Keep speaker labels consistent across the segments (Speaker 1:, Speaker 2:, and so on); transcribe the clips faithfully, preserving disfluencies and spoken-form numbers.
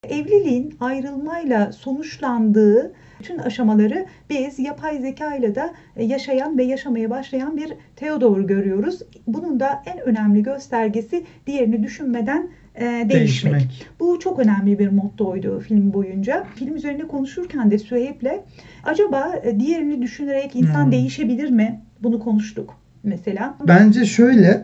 Speaker 1: Evliliğin ayrılmayla sonuçlandığı bütün aşamaları biz yapay zeka ile de yaşayan ve yaşamaya başlayan bir Theodor görüyoruz. Bunun da en önemli göstergesi diğerini düşünmeden e, değişmek. değişmek. Bu çok önemli bir mottoydu film boyunca. Film üzerine konuşurken de Süheyb'le acaba diğerini düşünerek insan hmm. değişebilir mi? Bunu konuştuk mesela.
Speaker 2: Bence şöyle,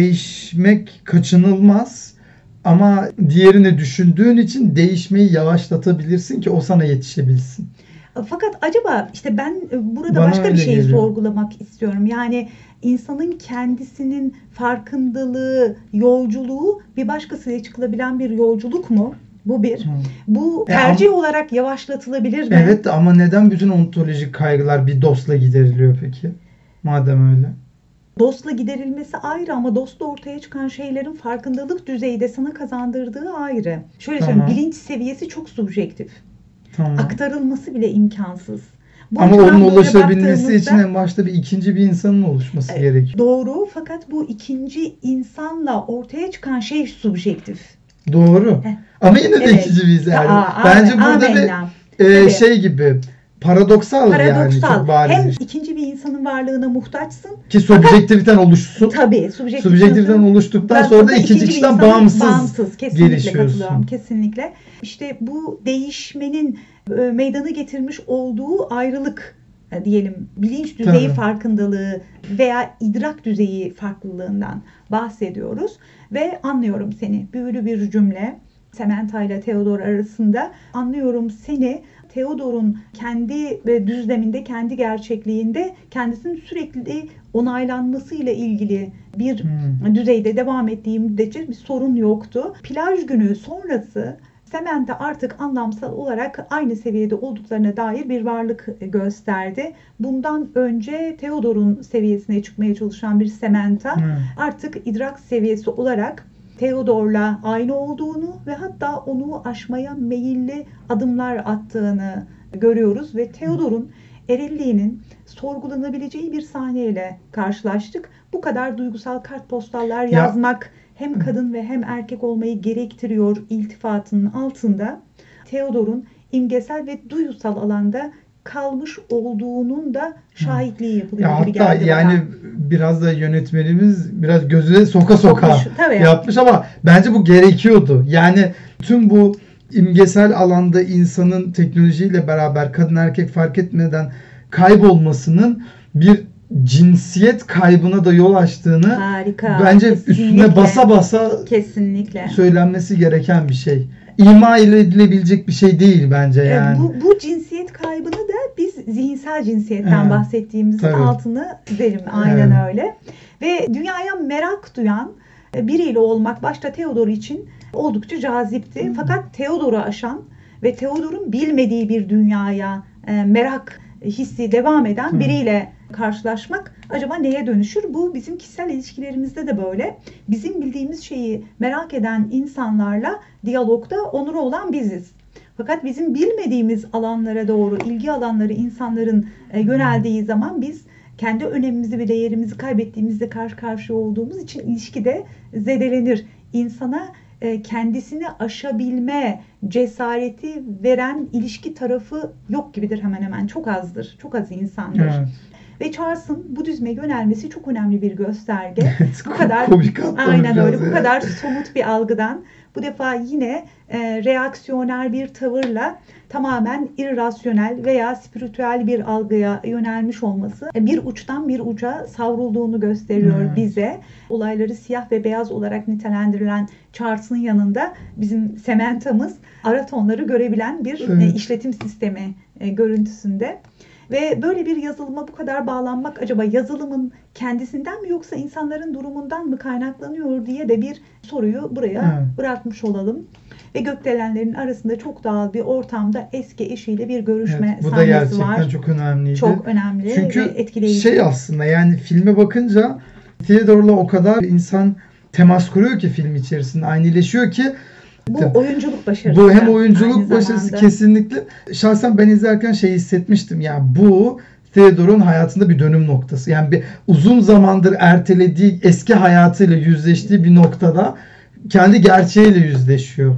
Speaker 2: değişmek kaçınılmaz. Ama diğerini düşündüğün için değişmeyi yavaşlatabilirsin ki o sana yetişebilsin.
Speaker 1: Fakat acaba işte ben burada
Speaker 2: Bana
Speaker 1: başka bir şeyi
Speaker 2: geliyor.
Speaker 1: sorgulamak istiyorum. Yani insanın kendisinin farkındalığı, yolculuğu bir başkasıyla çıkılabilen bir yolculuk mu? Bu bir. Hmm. Bu tercih e ama, olarak yavaşlatılabilir mi?
Speaker 2: Evet ama neden bütün ontolojik kaygılar bir dostla gideriliyor peki? Madem öyle.
Speaker 1: Dostla giderilmesi ayrı ama dostla ortaya çıkan şeylerin farkındalık düzeyi de sana kazandırdığı ayrı. Şöyle tamam. söyleyeyim, bilinç seviyesi çok subjektif. Tamam. Aktarılması bile imkansız. Bu
Speaker 2: ama onun ulaşabilmesi için en başta bir ikinci bir insanın oluşması e, gerekiyor.
Speaker 1: Doğru, fakat bu ikinci insanla ortaya çıkan şey subjektif.
Speaker 2: Doğru. Heh. Ama yine de evet. ikinci bir insan. Aa, Bence amen, burada amenna. bir e, şey gibi... Paradoksal, Paradoksal yani çok bariz.
Speaker 1: Hem ikinci bir insanın varlığına muhtaçsın.
Speaker 2: Ki subjektiviten oluşsun.
Speaker 1: Tabii.
Speaker 2: Subjektiviten oluştuktan sonra da ikinci kişiden bağımsız, bağımsız
Speaker 1: kesinlikle katılıyorum. Kesinlikle. İşte bu değişmenin e, meydana getirmiş olduğu ayrılık e, diyelim, bilinç düzeyi Tabii. farkındalığı veya idrak düzeyi farklılığından bahsediyoruz. Ve anlıyorum seni. Büyülü bir cümle. Samantha ile Theodor arasında anlıyorum seni. Theodor'un kendi düzleminde, kendi gerçekliğinde kendisinin sürekli onaylanmasıyla ilgili bir hmm. düzeyde devam ettiği müddetçe bir sorun yoktu. Plaj günü sonrası Samantha artık anlamsal olarak aynı seviyede olduklarına dair bir varlık gösterdi. Bundan önce Theodor'un seviyesine çıkmaya çalışan bir Samantha hmm. artık idrak seviyesi olarak Theodor'la aynı olduğunu ve hatta onu aşmaya meyilli adımlar attığını görüyoruz ve Theodor'un erilliğinin sorgulanabileceği bir sahneyle karşılaştık. Bu kadar duygusal kartpostallar ya. yazmak hem kadın ve hem erkek olmayı gerektiriyor iltifatının altında Theodor'un imgesel ve duygusal alanda kalmış olduğunun da şahitliği yapılıyor
Speaker 2: ya
Speaker 1: gibi
Speaker 2: hatta
Speaker 1: geldi
Speaker 2: yani
Speaker 1: bana.
Speaker 2: Biraz da yönetmenimiz biraz gözüne soka soka
Speaker 1: Sokmuş,
Speaker 2: yapmış ama bence bu gerekiyordu. Yani tüm bu imgesel alanda insanın teknolojiyle beraber kadın erkek fark etmeden kaybolmasının bir cinsiyet kaybına da yol açtığını
Speaker 1: Harika,
Speaker 2: bence
Speaker 1: kesinlikle.
Speaker 2: üstüne basa basa
Speaker 1: kesinlikle
Speaker 2: söylenmesi gereken bir şey. İma edilebilecek bir şey değil bence yani.
Speaker 1: Bu, bu cinsiyet kaybını da biz zihinsel cinsiyetten evet. bahsettiğimizin Tabii. altını çizelim. Aynen evet. öyle. Ve dünyaya merak duyan biriyle olmak başta Theodor için oldukça cazipti. Hmm. Fakat Theodor'u aşan ve Theodor'un bilmediği bir dünyaya merak hissi devam eden hmm. biriyle karşılaşmak acaba neye dönüşür? Bu bizim kişisel ilişkilerimizde de böyle. Bizim bildiğimiz şeyi merak eden insanlarla diyalogda onuru olan biziz. Fakat bizim bilmediğimiz alanlara doğru ilgi alanları insanların e, yöneldiği zaman biz kendi önemimizi ve değerimizi kaybettiğimizde karşı karşıya olduğumuz için ilişkide zedelenir. İnsana e, kendisini aşabilme cesareti veren ilişki tarafı yok gibidir hemen hemen. Çok azdır. Çok az insandır. Evet. Ve Charles'ın Budizme yönelmesi çok önemli bir gösterge.
Speaker 2: Evet,
Speaker 1: bu kadar aynen öyle. Bu kadar somut bir algıdan bu defa yine e, reaksiyoner bir tavırla tamamen irrasyonel veya spiritüel bir algıya yönelmiş olması e, bir uçtan bir uca savrulduğunu gösteriyor hmm. bize. Olayları siyah ve beyaz olarak nitelendirilen Charles'ın yanında bizim Samantha'mız ara tonları görebilen bir hmm. e, işletim sistemi e, görüntüsünde. Ve böyle bir yazılıma bu kadar bağlanmak acaba yazılımın kendisinden mi yoksa insanların durumundan mı kaynaklanıyor diye de bir soruyu buraya evet. bırakmış olalım. Ve gökdelenlerin arasında çok doğal bir ortamda eski eşiyle bir görüşme evet,
Speaker 2: bu
Speaker 1: sahnesi var.
Speaker 2: Bu da gerçekten çok önemliydi.
Speaker 1: Çok önemli
Speaker 2: Çünkü
Speaker 1: ve etkileyici.
Speaker 2: Şey aslında yani filme bakınca Theodor'la o kadar insan temas kuruyor ki film içerisinde aynıleşiyor ki
Speaker 1: bu oyunculuk başarısı.
Speaker 2: Bu hem oyunculuk başarısı kesinlikle. Şahsen ben izlerken şey hissetmiştim. Yani bu Theodor'un hayatında bir dönüm noktası. Yani bir uzun zamandır ertelediği eski hayatıyla yüzleştiği bir noktada kendi gerçeğiyle yüzleşiyor.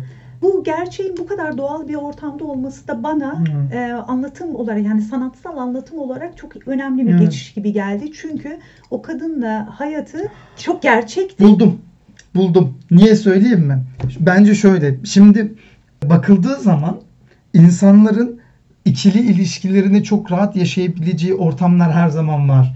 Speaker 1: Bu gerçeğin bu kadar doğal bir ortamda olması da bana
Speaker 2: Hmm.
Speaker 1: e, anlatım olarak, yani sanatsal anlatım olarak çok önemli bir
Speaker 2: Hmm.
Speaker 1: geçiş gibi geldi. Çünkü o kadınla hayatı çok gerçekti.
Speaker 2: Buldum. Buldum. Niye söyleyeyim mi? Bence şöyle. Şimdi bakıldığı zaman insanların ikili ilişkilerini çok rahat yaşayabileceği ortamlar her zaman var.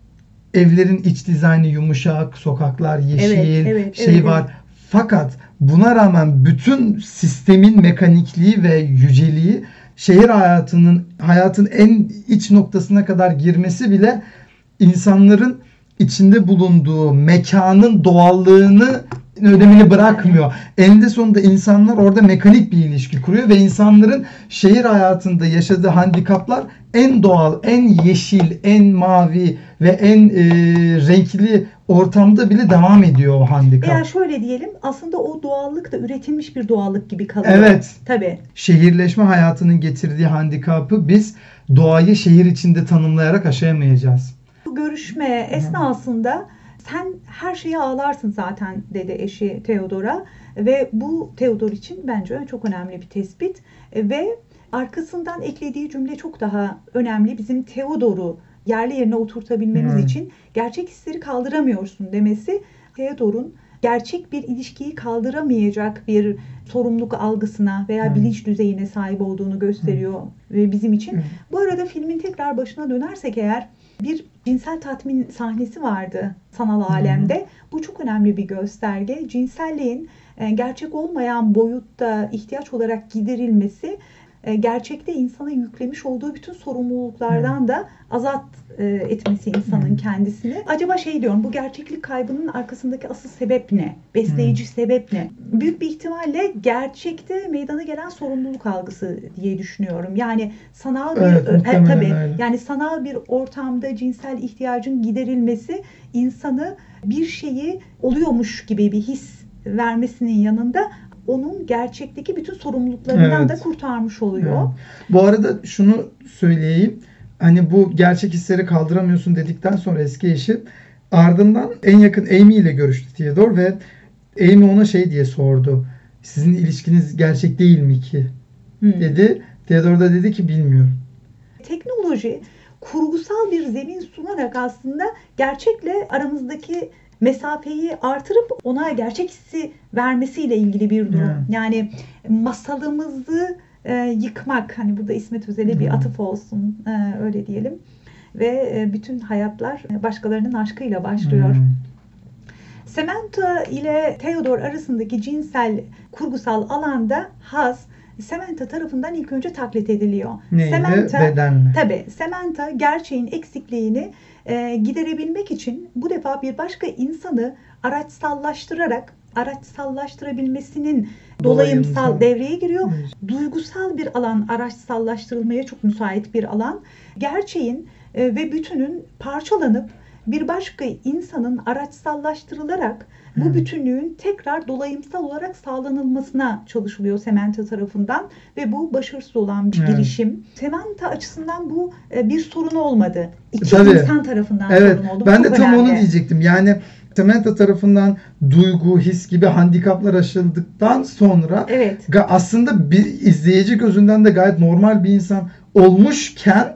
Speaker 2: Evlerin iç dizaynı yumuşak, sokaklar yeşil,
Speaker 1: Evet, evet,
Speaker 2: şey
Speaker 1: evet,
Speaker 2: var.
Speaker 1: evet.
Speaker 2: Fakat buna rağmen bütün sistemin mekanikliği ve yüceliği şehir hayatının hayatın en iç noktasına kadar girmesi bile insanların içinde bulunduğu mekanın doğallığını önemini bırakmıyor. Eninde sonunda insanlar orada mekanik bir ilişki kuruyor ve insanların şehir hayatında yaşadığı handikaplar en doğal, en yeşil, en mavi ve en e, renkli ortamda bile devam ediyor o handikap.
Speaker 1: Veya şöyle diyelim, aslında o doğallık da üretilmiş bir doğallık gibi kalıyor.
Speaker 2: Evet.
Speaker 1: Tabii.
Speaker 2: Şehirleşme hayatının getirdiği handikapı biz doğayı şehir içinde tanımlayarak aşayamayacağız.
Speaker 1: Bu görüşme esnasında sen her şeye ağlarsın zaten dedi eşi Theodora ve bu Theodor için bence çok önemli bir tespit ve arkasından eklediği cümle çok daha önemli. Bizim Theodor'u yerli yerine oturtabilmemiz
Speaker 2: Hmm.
Speaker 1: için gerçek hisleri kaldıramıyorsun demesi, Theodor'un gerçek bir ilişkiyi kaldıramayacak bir sorumluluk algısına veya
Speaker 2: Hmm.
Speaker 1: bilinç düzeyine sahip olduğunu gösteriyor ve bizim için.
Speaker 2: Hmm.
Speaker 1: Bu arada filmin tekrar başına dönersek eğer, bir cinsel tatmin sahnesi vardı sanal alemde. Bu çok önemli bir gösterge. Cinselliğin e, gerçek olmayan boyutta ihtiyaç olarak giderilmesi, e, gerçekte insana yüklemiş olduğu bütün sorumluluklardan da azat e, etmesi insanın
Speaker 2: Hmm.
Speaker 1: kendisini. Acaba şey diyorum, bu gerçeklik kaybının arkasındaki asıl sebep ne? Besleyici
Speaker 2: Hmm.
Speaker 1: sebep ne? Büyük bir ihtimalle gerçekte meydana gelen sorumluluk algısı diye düşünüyorum. Yani sanal bir
Speaker 2: Evet,
Speaker 1: e,
Speaker 2: muhtemelen
Speaker 1: tabii
Speaker 2: öyle.
Speaker 1: yani sanal bir ortamda cinsel ihtiyacın giderilmesi insanı bir şeyi oluyormuş gibi bir his vermesinin yanında onun gerçekteki bütün sorumluluklarından
Speaker 2: Evet.
Speaker 1: da kurtarmış oluyor.
Speaker 2: Evet. Bu arada şunu söyleyeyim. Hani bu gerçek hisleri kaldıramıyorsun dedikten sonra eski eşi ardından en yakın Amy ile görüştü Theodor ve Amy ona şey diye sordu. Sizin ilişkiniz gerçek değil mi ki?
Speaker 1: Hmm.
Speaker 2: Dedi. Theodor da dedi ki bilmiyorum.
Speaker 1: Teknoloji kurgusal bir zemin sunarak aslında gerçekle aramızdaki mesafeyi artırıp ona gerçek hissi vermesiyle ilgili bir durum.
Speaker 2: Hmm.
Speaker 1: Yani masalımızı e, yıkmak, hani burada İsmet Özel'e bir
Speaker 2: Hmm.
Speaker 1: atıf olsun, e, öyle diyelim. Ve e, bütün hayatlar başkalarının aşkıyla başlıyor.
Speaker 2: Hmm.
Speaker 1: Samantha ile Theodor arasındaki cinsel kurgusal alanda haz Samantha tarafından ilk önce taklit ediliyor.
Speaker 2: Neyle?
Speaker 1: Samantha,
Speaker 2: Bedenle.
Speaker 1: tabii Samantha gerçeğin eksikliğini e, giderebilmek için bu defa bir başka insanı araçsallaştırarak araçsallaştırabilmesinin dolayımsal
Speaker 2: Dolayımsal.
Speaker 1: devreye giriyor.
Speaker 2: Evet.
Speaker 1: Duygusal bir alan araçsallaştırılmaya çok müsait bir alan. Gerçeğin e, ve bütünün parçalanıp bir başka insanın araçsallaştırılarak bu
Speaker 2: Hmm.
Speaker 1: bütünlüğün tekrar dolayımsal olarak sağlanılmasına çalışılıyor Samantha tarafından ve bu başarısız olan bir
Speaker 2: Evet.
Speaker 1: girişim. Samantha açısından bu e, bir sorun olmadı. İki
Speaker 2: Tabii.
Speaker 1: insan tarafından
Speaker 2: Evet.
Speaker 1: sorun oldu. Bu
Speaker 2: Ben de
Speaker 1: çok
Speaker 2: tam
Speaker 1: önemli.
Speaker 2: onu diyecektim. Yani Samantha tarafından duygu, his gibi handikaplar aşıldıktan sonra
Speaker 1: Evet.
Speaker 2: ga- aslında bir izleyici gözünden de gayet normal bir insan olmuşken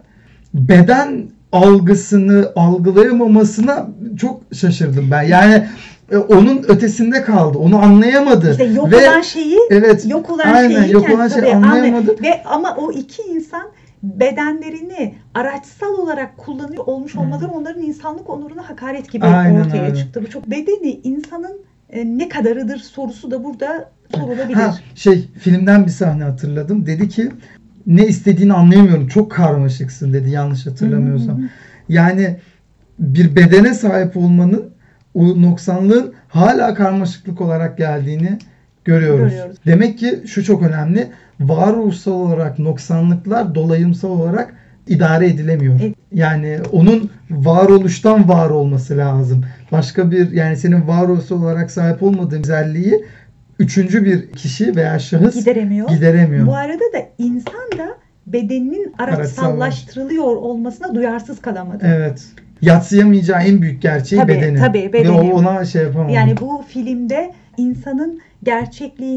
Speaker 2: beden algısını algılayamamasına çok şaşırdım ben. Yani e, onun ötesinde kaldı. Onu anlayamadı.
Speaker 1: İşte yok
Speaker 2: Ve
Speaker 1: olan şeyi
Speaker 2: evet,
Speaker 1: yok olan
Speaker 2: aynen,
Speaker 1: şeyi
Speaker 2: yok olan şeyi
Speaker 1: tabii
Speaker 2: anlayamadı.
Speaker 1: anlay- ve ama o iki insan bedenlerini araçsal olarak kullanıyor olmuş olmaları onların insanlık onuruna hakaret gibi
Speaker 2: Aynen
Speaker 1: ortaya
Speaker 2: öyle.
Speaker 1: çıktı. Bu çok bedeni insanın e, ne kadarıdır sorusu da burada sorulabilir.
Speaker 2: Ha, şey filmden bir sahne hatırladım. Dedi ki ne istediğini anlayamıyorum. Çok karmaşıksın dedi yanlış hatırlamıyorsam.
Speaker 1: Hı hı hı.
Speaker 2: Yani bir bedene sahip olmanın o noksanlığın hala karmaşıklık olarak geldiğini görüyoruz.
Speaker 1: Görüyoruz.
Speaker 2: Demek ki şu çok önemli. Varoluşsal olarak noksanlıklar dolayımsal olarak idare edilemiyor.
Speaker 1: Evet.
Speaker 2: Yani onun varoluştan var olması lazım. Başka bir yani senin varoluşsal olarak sahip olmadığın özelliği üçüncü bir kişi veya şahıs
Speaker 1: Gideremiyor.
Speaker 2: gideremiyor.
Speaker 1: Bu arada da insan da bedeninin araçsallaştırılıyor olmasına duyarsız kalamadı.
Speaker 2: Evet. Yatsıyamayacağı en büyük gerçeği
Speaker 1: Tabii,
Speaker 2: bedeni.
Speaker 1: tabii,
Speaker 2: Ve o
Speaker 1: bedeni.
Speaker 2: ona şey yapamadı.
Speaker 1: Yani bu filmde insanın gerçekliğinin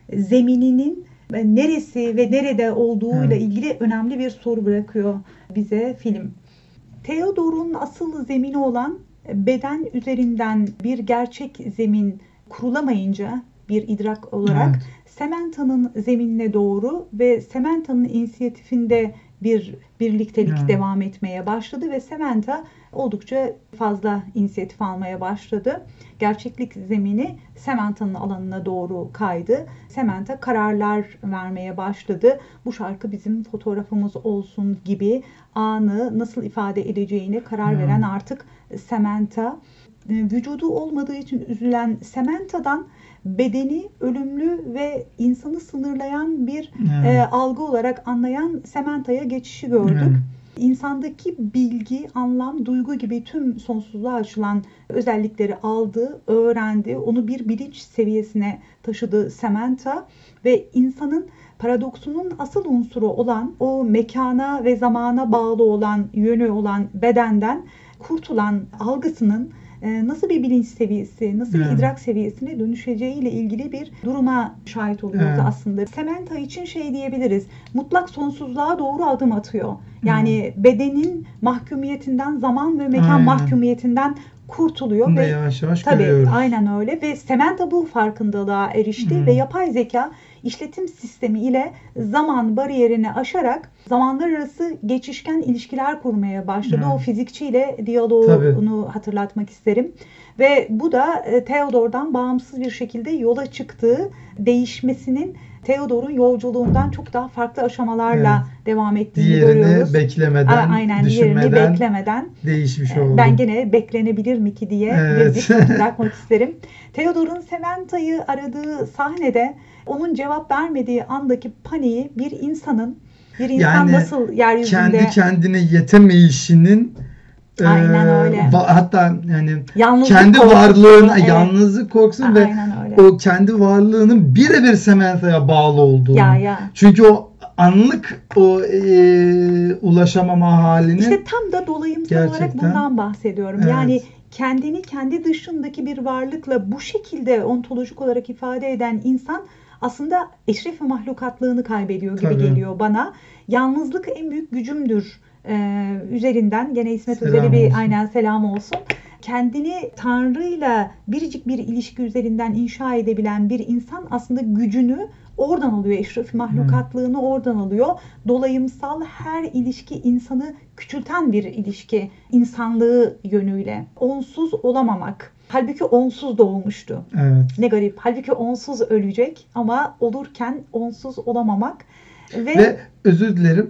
Speaker 1: zemininin neresi ve nerede olduğuyla
Speaker 2: evet.
Speaker 1: ilgili önemli bir soru bırakıyor bize film. Theodor'un asıl zemini olan beden üzerinden bir gerçek zemin kurulamayınca bir idrak olarak
Speaker 2: evet.
Speaker 1: Samantha'nın zeminine doğru ve Samantha'nın inisiyatifinde bir birliktelik
Speaker 2: evet.
Speaker 1: devam etmeye başladı ve Samantha oldukça fazla inisiyatif almaya başladı. Gerçeklik zemini Samantha'nın alanına doğru kaydı. Samantha kararlar vermeye başladı. Bu şarkı bizim fotoğrafımız olsun gibi anı nasıl ifade edeceğine karar
Speaker 2: hmm. veren
Speaker 1: artık Samantha. Vücudu olmadığı için üzülen Samantha'dan bedeni ölümlü ve insanı sınırlayan bir
Speaker 2: hmm.
Speaker 1: e, algı olarak anlayan Samantha'ya geçişi gördük. Hmm. İnsandaki bilgi, anlam, duygu gibi tüm sonsuzluğa açılan özellikleri aldı, öğrendi. Onu bir bilinç seviyesine taşıdı Samantha ve insanın paradoksunun asıl unsuru olan o mekana ve zamana bağlı olan yönü olan bedenden kurtulan algısının nasıl bir bilinç seviyesi, nasıl bir evet. idrak seviyesine dönüşeceğiyle ilgili bir duruma şahit oluyoruz evet. aslında. Samantha için şey diyebiliriz, mutlak sonsuzluğa doğru adım atıyor. Yani hmm. bedenin mahkumiyetinden, zaman ve mekan aynen. mahkumiyetinden kurtuluyor.
Speaker 2: Bunu
Speaker 1: ve
Speaker 2: yavaş yavaş
Speaker 1: tabii,
Speaker 2: görüyoruz.
Speaker 1: Aynen öyle ve Samantha bu farkındalığa erişti hmm. ve yapay zeka işletim sistemi ile zaman bariyerini aşarak zamanlar arası geçişken ilişkiler kurmaya başladı. Hmm. O fizikçiyle diyaloğunu hatırlatmak isterim. Ve bu da Theodor'dan bağımsız bir şekilde yola çıktığı değişmesinin Theodor'un yolculuğundan çok daha farklı aşamalarla evet. devam ettiğini
Speaker 2: diğerini
Speaker 1: görüyoruz.
Speaker 2: beklemeden,
Speaker 1: aynen,
Speaker 2: düşünmeden,
Speaker 1: diğerini beklemeden
Speaker 2: değişmiş oldu.
Speaker 1: Ben gene beklenebilir mi ki diye
Speaker 2: evet.
Speaker 1: bir bırakmak isterim. Theodor'un Samantha'yı aradığı sahnede onun cevap vermediği andaki paniği bir insanın, bir insan yani nasıl yeryüzünde
Speaker 2: kendi kendine yetemeyişinin
Speaker 1: aynen öyle.
Speaker 2: E, hatta yani
Speaker 1: yalnızlık
Speaker 2: kendi
Speaker 1: korkusu,
Speaker 2: varlığına
Speaker 1: evet.
Speaker 2: yalnızlık korkusu
Speaker 1: aynen
Speaker 2: ve
Speaker 1: öyle.
Speaker 2: o kendi varlığının birebir Samantha'ya bağlı olduğunu.
Speaker 1: Ya, ya.
Speaker 2: Çünkü o anlık o e, ulaşamama halini
Speaker 1: İşte tam da dolayımsal gerçekten olarak bundan bahsediyorum. Evet. Yani kendini kendi dışındaki bir varlıkla bu şekilde ontolojik olarak ifade eden insan aslında eşref-i mahlukatlığını kaybediyor gibi Tabii. geliyor bana. Yalnızlık en büyük gücümdür ee, üzerinden gene İsmet Özel'e bir olsun. aynen selam olsun. Kendini Tanrı'yla biricik bir ilişki üzerinden inşa edebilen bir insan aslında gücünü oradan alıyor. Eşref-i mahlukatlığını hmm. oradan alıyor. Dolayımsal her ilişki insanı küçülten bir ilişki. İnsanlığı yönüyle. Onsuz olamamak. Halbuki onsuz doğmuştu.
Speaker 2: Evet.
Speaker 1: Ne garip. Halbuki onsuz ölecek ama olurken onsuz olamamak. Ve,
Speaker 2: Ve özür dilerim.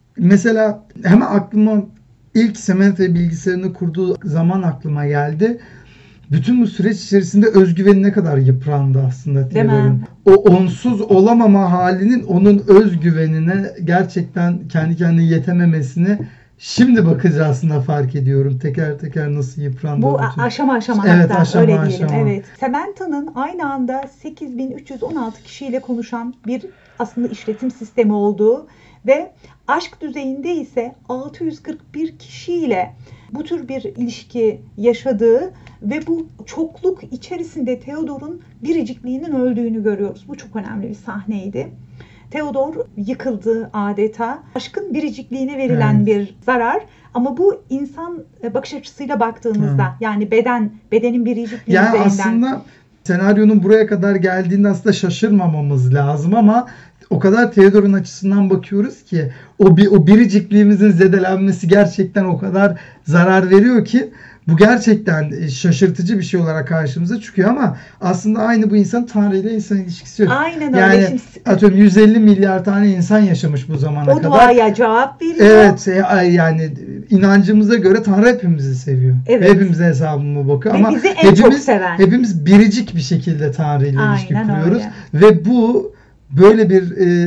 Speaker 2: Mesela hemen aklıma ilk Samantha bilgisayarını kurduğu zaman aklıma geldi. Bütün bu süreç içerisinde özgüveni ne kadar yıprandı aslında Theodor'un. O onsuz olamama halinin onun özgüvenine gerçekten kendi kendine yetememesini şimdi bakınca aslında fark ediyorum. Teker teker nasıl yıprandı.
Speaker 1: Bu aşama aşama
Speaker 2: evet,
Speaker 1: hatta
Speaker 2: aşama,
Speaker 1: öyle
Speaker 2: aşama.
Speaker 1: diyelim. Evet. Samantha'nın aynı anda sekiz bin üç yüz on altı kişiyle konuşan bir aslında işletim sistemi olduğu ve aşk düzeyinde ise altı yüz kırk bir kişiyle bu tür bir ilişki yaşadığı ve bu çokluk içerisinde Theodor'un biricikliğinin öldüğünü görüyoruz. Bu çok önemli bir sahneydi. Theodor yıkıldı adeta. Aşkın biricikliğine verilen evet. bir zarar. Ama bu insan bakış açısıyla baktığımızda evet. yani beden, bedenin biricikliği
Speaker 2: yani
Speaker 1: üzerinden.
Speaker 2: Aslında senaryonun buraya kadar geldiğinde aslında şaşırmamamız lazım ama o kadar Theodor'un açısından bakıyoruz ki o bir o biricikliğimizin zedelenmesi gerçekten o kadar zarar veriyor ki bu gerçekten şaşırtıcı bir şey olarak karşımıza çıkıyor ama aslında aynı bu insan Tanrı ile insan ilişkisi yok.
Speaker 1: Aynen öyle.
Speaker 2: Yani atıyorum yüz elli milyar tane insan yaşamış bu zamana
Speaker 1: o
Speaker 2: kadar.
Speaker 1: O duaya cevap veriyor.
Speaker 2: Evet yani inancımıza göre Tanrı hepimizi seviyor. Evet. Hepimize hesabıma bakıyor
Speaker 1: ve
Speaker 2: ama
Speaker 1: bizi en
Speaker 2: hepimiz,
Speaker 1: çok seven.
Speaker 2: hepimiz biricik bir şekilde Tanrı ile ilişki
Speaker 1: Aynen
Speaker 2: kuruyoruz.
Speaker 1: Öyle.
Speaker 2: Ve bu böyle bir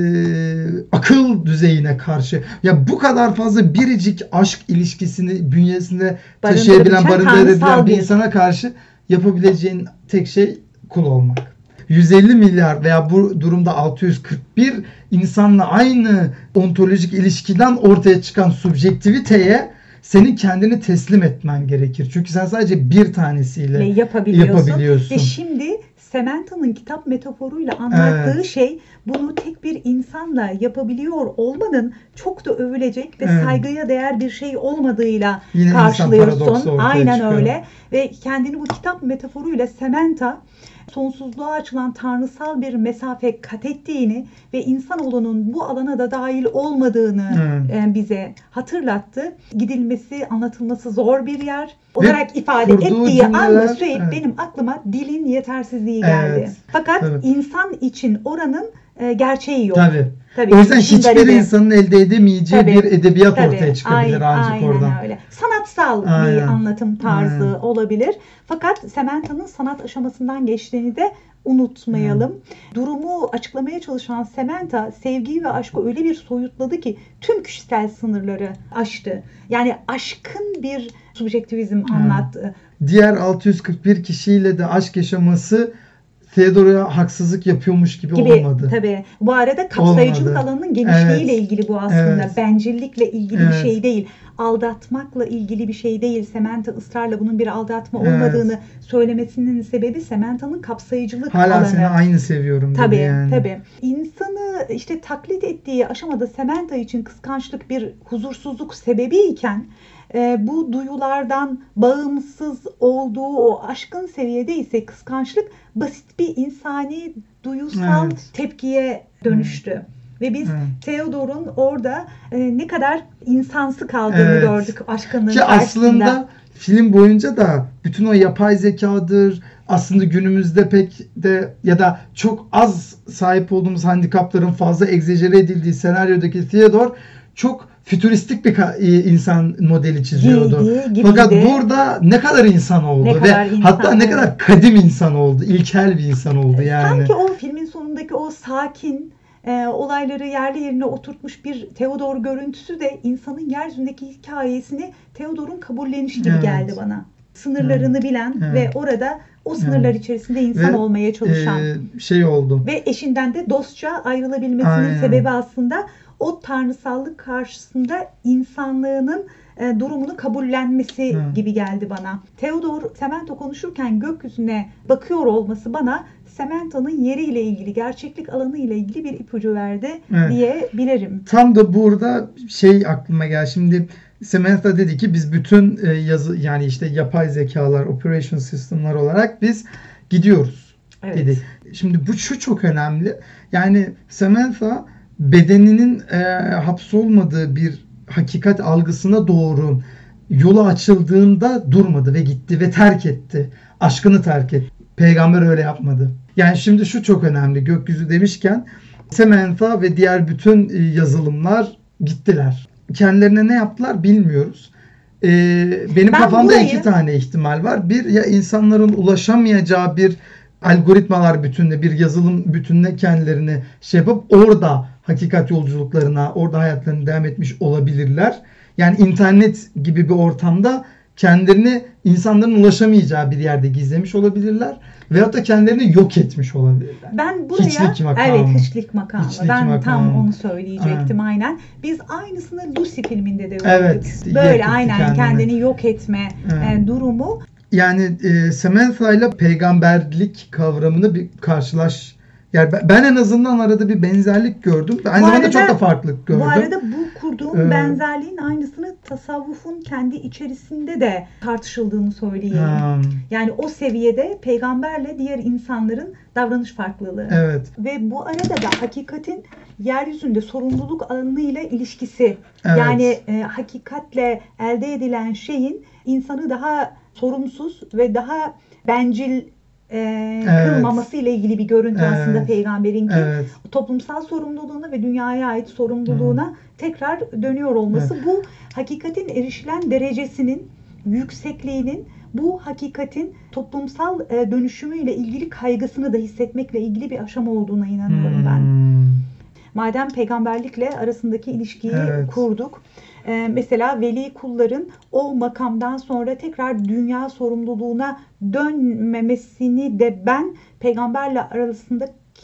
Speaker 2: e, akıl düzeyine karşı ya bu kadar fazla biricik aşk ilişkisini bünyesinde taşıyabilen, barındırabilen bir insana karşı yapabileceğin tek şey kul olmak. yüz elli milyar veya bu durumda altı yüz kırk bir insanla aynı ontolojik ilişkiden ortaya çıkan subjektiviteye senin kendini teslim etmen gerekir. Çünkü sen sadece bir tanesiyle yapabiliyorsun.
Speaker 1: yapabiliyorsun. Ve şimdi Sementa'nın kitap metaforuyla anlattığı
Speaker 2: Evet.
Speaker 1: şey, bunu tek bir insanla yapabiliyor olmanın çok da övülecek ve
Speaker 2: Evet.
Speaker 1: saygıya değer bir şey olmadığıyla
Speaker 2: Yine insan paradoksu
Speaker 1: karşılıyorsun.
Speaker 2: ortaya
Speaker 1: Aynen
Speaker 2: çıkıyor.
Speaker 1: öyle. Ve kendini bu kitap metaforuyla Sementa sonsuzluğa açılan tanrısal bir mesafe kat ettiğini ve insanoğlunun bu alana da dahil olmadığını
Speaker 2: Evet.
Speaker 1: e, bize hatırlattı. Gidilmesi, anlatılması zor bir yer olarak ifade
Speaker 2: kurduğu
Speaker 1: ettiği anda
Speaker 2: cümleler,
Speaker 1: Süheyb,
Speaker 2: evet.
Speaker 1: benim aklıma dilin yetersizliği geldi.
Speaker 2: Evet,
Speaker 1: Fakat
Speaker 2: evet.
Speaker 1: insan için oranın e, gerçeği yok.
Speaker 2: Tabii.
Speaker 1: Tabii,
Speaker 2: O yüzden
Speaker 1: işin
Speaker 2: hiçbir
Speaker 1: garibi.
Speaker 2: insanın elde edemeyeceği
Speaker 1: Tabii,
Speaker 2: bir edebiyat
Speaker 1: tabii.
Speaker 2: ortaya çıkabilir
Speaker 1: Aynen,
Speaker 2: ancak
Speaker 1: aynen
Speaker 2: oradan.
Speaker 1: öyle. Sanatsal bir
Speaker 2: Aynen.
Speaker 1: anlatım tarzı
Speaker 2: Aynen.
Speaker 1: olabilir. Fakat Sementa'nın sanat aşamasından geçtiğini de unutmayalım. Durumu açıklamaya çalışan Sementa sevgiyi ve aşkı öyle bir soyutladı ki tüm kişisel sınırları aştı. Yani aşkın bir subjektivizm anlattı.
Speaker 2: Diğer altı yüz kırk bir kişiyle de aşk yaşaması Theodor'a haksızlık yapıyormuş gibi,
Speaker 1: gibi
Speaker 2: olmadı.
Speaker 1: tabii. Bu arada kapsayıcılık
Speaker 2: Olmadı.
Speaker 1: alanının genişliğiyle
Speaker 2: Evet.
Speaker 1: ilgili bu aslında.
Speaker 2: Evet.
Speaker 1: Bencillikle ilgili
Speaker 2: Evet.
Speaker 1: bir şey değil. Aldatmakla ilgili bir şey değil. Sementa ısrarla bunun bir aldatma
Speaker 2: Evet.
Speaker 1: olmadığını söylemesinin sebebi Sementa'nın kapsayıcılık
Speaker 2: Hala
Speaker 1: alanı.
Speaker 2: seni aynı seviyorum dedi
Speaker 1: Tabii,
Speaker 2: yani.
Speaker 1: tabii. İnsanı işte taklit ettiği aşamada Sementa için kıskançlık bir huzursuzluk sebebiyken e, bu duyulardan bağımsız olduğu o aşkın seviyede ise kıskançlık basit bir insani duyusal
Speaker 2: Evet.
Speaker 1: tepkiye dönüştü.
Speaker 2: Evet.
Speaker 1: Ve biz
Speaker 2: Evet.
Speaker 1: Theodor'un orada e, ne kadar insansı kaldığını
Speaker 2: Evet.
Speaker 1: gördük aşkının
Speaker 2: Ki
Speaker 1: karşısında.
Speaker 2: aslında film boyunca da bütün o yapay zekadır, aslında günümüzde pek de ya da çok az sahip olduğumuz handikapların fazla egzajere edildiği senaryodaki Theodor çok fütüristik bir ka- insan modeli çiziyordu.
Speaker 1: Giydi, gibiydi.
Speaker 2: Fakat burada ne kadar insan oldu
Speaker 1: Ne
Speaker 2: ve
Speaker 1: kadar insan
Speaker 2: hatta ne
Speaker 1: oldu.
Speaker 2: kadar kadim insan oldu, ilkel bir insan oldu yani.
Speaker 1: Sanki o filmin sonundaki o sakin, e, olayları yerli yerine oturtmuş bir Theodor görüntüsü de insanın yeryüzündeki hikayesini Theodor'un kabullenişi gibi
Speaker 2: Evet.
Speaker 1: geldi bana. Sınırlarını bilen
Speaker 2: Evet.
Speaker 1: ve orada o sınırlar
Speaker 2: Evet.
Speaker 1: içerisinde insan
Speaker 2: Ve,
Speaker 1: olmaya çalışan
Speaker 2: e, şey oldu.
Speaker 1: ve eşinden de dostça ayrılabilmesinin
Speaker 2: Aynen.
Speaker 1: sebebi aslında o tanrısallık karşısında insanlığının e, durumunu kabullenmesi
Speaker 2: Hı.
Speaker 1: gibi geldi bana. Theodor Semento konuşurken gökyüzüne bakıyor olması bana Semento'nun yeriyle ilgili, gerçeklik alanı ile ilgili bir ipucu verdi
Speaker 2: Evet.
Speaker 1: diyebilirim.
Speaker 2: Tam da burada şey aklıma geldi. Şimdi Samantha dedi ki biz bütün e, yazı yani işte yapay zekalar, operation system'lar olarak biz gidiyoruz
Speaker 1: Evet.
Speaker 2: dedi. Şimdi bu şu çok önemli. Yani Samantha bedeninin e, hapsolmadığı bir hakikat algısına doğru yolu açıldığında durmadı ve gitti ve terk etti. Aşkını terk etti. Peygamber öyle yapmadı. Yani şimdi şu çok önemli. Gökyüzü demişken Samantha ve diğer bütün yazılımlar gittiler. Kendilerine ne yaptılar bilmiyoruz. Ee, benim
Speaker 1: Ben
Speaker 2: kafamda
Speaker 1: burayı...
Speaker 2: iki tane ihtimal var. Bir, ya insanların ulaşamayacağı bir algoritmalar bütününe, bir yazılım bütününe kendilerini şey yapıp orada hakikat yolculuklarına, orada hayatlarını devam etmiş olabilirler. Yani internet gibi bir ortamda kendilerini insanların ulaşamayacağı bir yerde gizlemiş olabilirler. Veyahut da kendilerini yok etmiş olabilirler.
Speaker 1: Ben buraya,
Speaker 2: hiçlik makamı.
Speaker 1: evet hiçlik makamı.
Speaker 2: Hiçlik
Speaker 1: ben
Speaker 2: makamı.
Speaker 1: tam onu söyleyecektim
Speaker 2: Aynen.
Speaker 1: aynen. Biz aynısını Lucy filminde de gördük.
Speaker 2: Evet,
Speaker 1: Böyle
Speaker 2: yok etti
Speaker 1: aynen
Speaker 2: kendini.
Speaker 1: kendini yok etme
Speaker 2: Evet.
Speaker 1: e, durumu.
Speaker 2: Yani e, Samantha ile peygamberlik kavramını bir karşılaş. Yani ben, ben en azından arada bir benzerlik gördüm. Aynı
Speaker 1: Bu
Speaker 2: zamanda
Speaker 1: arada-
Speaker 2: çok da farklılık gördüm.
Speaker 1: Bu arada bu kurduğum
Speaker 2: Ee,
Speaker 1: benzerliğin aynısını tasavvufun kendi içerisinde de tartışıldığını söyleyeyim.
Speaker 2: Ha,
Speaker 1: Yani o seviyede peygamberle diğer insanların davranış farklılığı.
Speaker 2: evet.
Speaker 1: Ve bu arada da hakikatin yeryüzünde sorumluluk alanıyla ilişkisi.
Speaker 2: Evet.
Speaker 1: Yani e, hakikatle elde edilen şeyin insanı daha sorumsuz ve daha bencil e,
Speaker 2: Evet.
Speaker 1: kılmaması ile ilgili bir görüntü
Speaker 2: Evet.
Speaker 1: aslında peygamberinki.
Speaker 2: Evet.
Speaker 1: Toplumsal sorumluluğuna ve dünyaya ait sorumluluğuna tekrar dönüyor olması. Bu hakikatin erişilen derecesinin yüksekliğinin bu hakikatin toplumsal e, dönüşümüyle ilgili kaygısını da hissetmekle ilgili bir aşama olduğuna inanıyorum ben.
Speaker 2: Hmm.
Speaker 1: Madem peygamberlikle arasındaki ilişkiyi
Speaker 2: Evet.
Speaker 1: kurduk. Ee, mesela veli kulların o makamdan sonra tekrar dünya sorumluluğuna dönmemesini de ben peygamberle arasındaki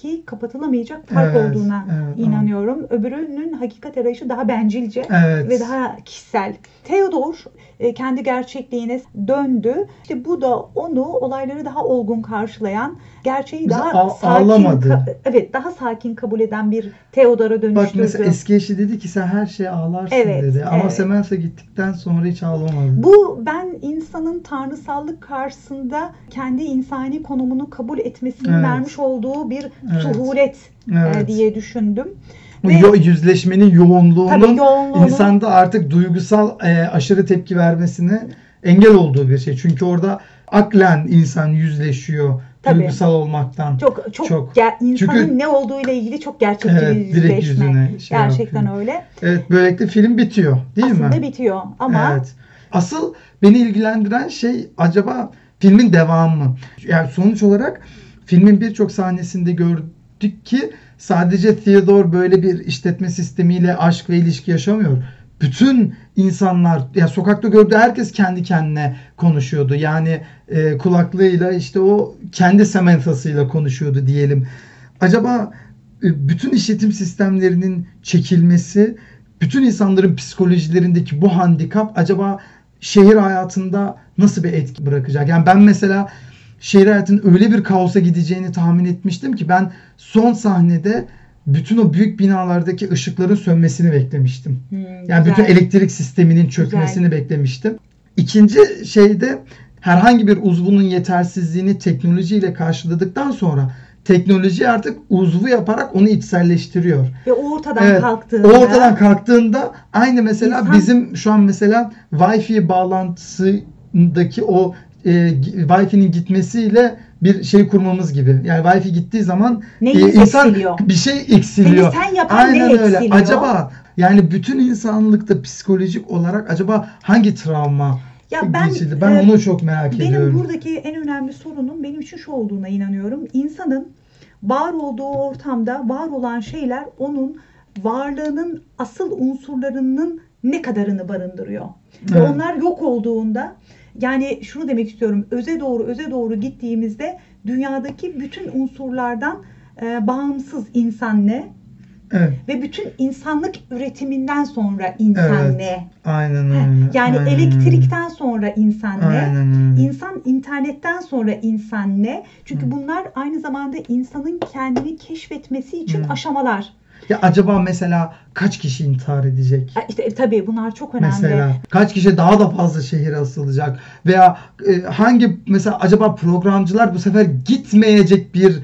Speaker 1: aradaki kapatılamayacak fark
Speaker 2: Evet,
Speaker 1: olduğuna
Speaker 2: evet,
Speaker 1: inanıyorum. Öbürünün hakikat arayışı daha bencilce
Speaker 2: Evet.
Speaker 1: ve daha kişisel. Theodor e, kendi gerçekliğine döndü. İşte bu da onu olayları daha olgun karşılayan, gerçeği
Speaker 2: Bizi
Speaker 1: daha
Speaker 2: a-
Speaker 1: sakin,
Speaker 2: ağlamadı.
Speaker 1: ka- evet daha sakin kabul eden bir Theodor'a dönüştürdü.
Speaker 2: Bak mesela eski eşi dedi ki sen her şeye ağlarsın
Speaker 1: Evet,
Speaker 2: dedi. Ama
Speaker 1: evet.
Speaker 2: Samantha gittikten sonra hiç ağlamadı.
Speaker 1: Bu ben insanın tanrısallık karşısında kendi insani konumunu kabul etmesinin
Speaker 2: Evet.
Speaker 1: vermiş olduğu bir
Speaker 2: Evet.
Speaker 1: suhulet
Speaker 2: Evet.
Speaker 1: e, diye düşündüm.
Speaker 2: Bu
Speaker 1: Ve-
Speaker 2: yo- yüzleşmenin yoğunluğunun
Speaker 1: Tabii yoğunluğunun-
Speaker 2: insanda artık duygusal e, aşırı tepki vermesine engel olduğu bir şey. Çünkü orada aklen insan yüzleşiyor
Speaker 1: Tabii.
Speaker 2: duygusal olmaktan.
Speaker 1: Çok çok,
Speaker 2: Çok.
Speaker 1: ger- insanın
Speaker 2: Çünkü-
Speaker 1: ne olduğuyla ilgili çok gerçekçi
Speaker 2: Evet,
Speaker 1: bir
Speaker 2: direkt
Speaker 1: yüzleşme.
Speaker 2: yüzüne şey
Speaker 1: Gerçekten
Speaker 2: yapıyor.
Speaker 1: öyle.
Speaker 2: Evet, böylelikle film bitiyor, değil mi?
Speaker 1: Aslında bitiyor ama
Speaker 2: Evet. Asıl beni ilgilendiren şey acaba filmin devamı mı? Yani sonuç olarak filmin birçok sahnesinde gördük ki sadece Theodore böyle bir işletme sistemiyle aşk ve ilişki yaşamıyor. Bütün insanlar, ya sokakta gördüğü herkes kendi kendine konuşuyordu. Yani e, kulaklığıyla işte o kendi Samantha'sıyla konuşuyordu diyelim. Acaba e, bütün işletim sistemlerinin çekilmesi, bütün insanların psikolojilerindeki bu handikap acaba şehir hayatında nasıl bir etki bırakacak? Yani ben mesela şehir hayatının öyle bir kaosa gideceğini tahmin etmiştim ki ben son sahnede bütün o büyük binalardaki ışıkların sönmesini beklemiştim.
Speaker 1: Hmm,
Speaker 2: Yani bütün
Speaker 1: güzel.
Speaker 2: elektrik sisteminin çökmesini
Speaker 1: Güzel.
Speaker 2: beklemiştim. İkinci şeyde herhangi bir uzvunun yetersizliğini teknolojiyle karşıladıktan sonra teknoloji artık uzvu yaparak onu içselleştiriyor.
Speaker 1: Ve o ortadan
Speaker 2: Evet,
Speaker 1: kalktığında
Speaker 2: o ortadan kalktığında aynı mesela
Speaker 1: İnsan-
Speaker 2: bizim şu an mesela Wi-Fi bağlantısındaki o e, Wi-Fi'nin gitmesiyle bir şey kurmamız gibi. Yani Wi-Fi gittiği zaman
Speaker 1: Neyimiz
Speaker 2: e, insan
Speaker 1: eksiliyor?
Speaker 2: bir şey eksiliyor.
Speaker 1: Seni sen yapan
Speaker 2: Aynen
Speaker 1: ne
Speaker 2: öyle.
Speaker 1: eksiliyor?
Speaker 2: Acaba yani bütün insanlıkta psikolojik olarak acaba hangi travma
Speaker 1: Ya ben,
Speaker 2: geçildi? Ben
Speaker 1: e,
Speaker 2: onu çok merak
Speaker 1: Benim
Speaker 2: ediyorum.
Speaker 1: buradaki en önemli sorunun benim için şu olduğuna inanıyorum. İnsanın var olduğu ortamda var olan şeyler onun varlığının asıl unsurlarının ne kadarını barındırıyor. Ve
Speaker 2: Evet.
Speaker 1: onlar yok olduğunda, yani şunu demek istiyorum, öze doğru öze doğru gittiğimizde dünyadaki bütün unsurlardan e, bağımsız insan ne?
Speaker 2: Evet.
Speaker 1: Ve bütün insanlık üretiminden sonra insan
Speaker 2: Evet.
Speaker 1: ne?
Speaker 2: Aynen öyle.
Speaker 1: Yani
Speaker 2: Aynen öyle.
Speaker 1: elektrikten sonra insan ne?
Speaker 2: Aynen öyle.
Speaker 1: İnsan internetten sonra insan ne? Çünkü
Speaker 2: Hı.
Speaker 1: bunlar aynı zamanda insanın kendini keşfetmesi için
Speaker 2: Hı.
Speaker 1: aşamalar.
Speaker 2: Ya acaba mesela kaç kişi intihar edecek?
Speaker 1: E, İşte e, tabii bunlar çok önemli.
Speaker 2: Mesela kaç kişi daha da fazla şehire asılacak veya e, hangi mesela acaba programcılar bu sefer gitmeyecek bir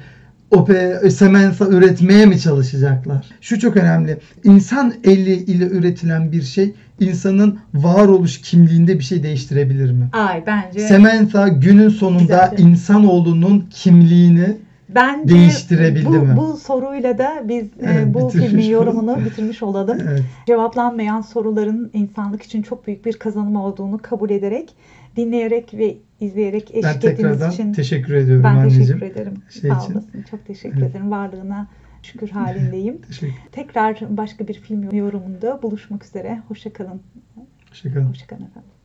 Speaker 2: ope, Samantha üretmeye mi çalışacaklar? Şu çok önemli. İnsan eli ile üretilen bir şey insanın varoluş kimliğinde bir şey değiştirebilir mi?
Speaker 1: Ay bence
Speaker 2: Samantha günün sonunda
Speaker 1: Güzelce.
Speaker 2: insanoğlunun kimliğini
Speaker 1: bence
Speaker 2: değiştirebildi
Speaker 1: bu,
Speaker 2: mi?
Speaker 1: bu soruyla da biz e,
Speaker 2: Evet,
Speaker 1: bu
Speaker 2: bitirmiş
Speaker 1: filmin
Speaker 2: olalım.
Speaker 1: yorumunu bitirmiş olalım.
Speaker 2: Evet.
Speaker 1: Cevaplanmayan soruların insanlık için çok büyük bir kazanım olduğunu kabul ederek, dinleyerek ve izleyerek
Speaker 2: Ben
Speaker 1: eşlik ettiğiniz
Speaker 2: tekrardan
Speaker 1: için
Speaker 2: teşekkür ediyorum
Speaker 1: ben
Speaker 2: anneciğim.
Speaker 1: teşekkür ederim.
Speaker 2: Şey
Speaker 1: Sağ
Speaker 2: için.
Speaker 1: olasın. Çok teşekkür
Speaker 2: Evet.
Speaker 1: ederim. Varlığına şükür halindeyim.
Speaker 2: Teşekkür,
Speaker 1: Tekrar başka bir film yorumunda buluşmak üzere. Hoşça kalın.
Speaker 2: teşekkür ederim.
Speaker 1: Hoşça kalın efendim.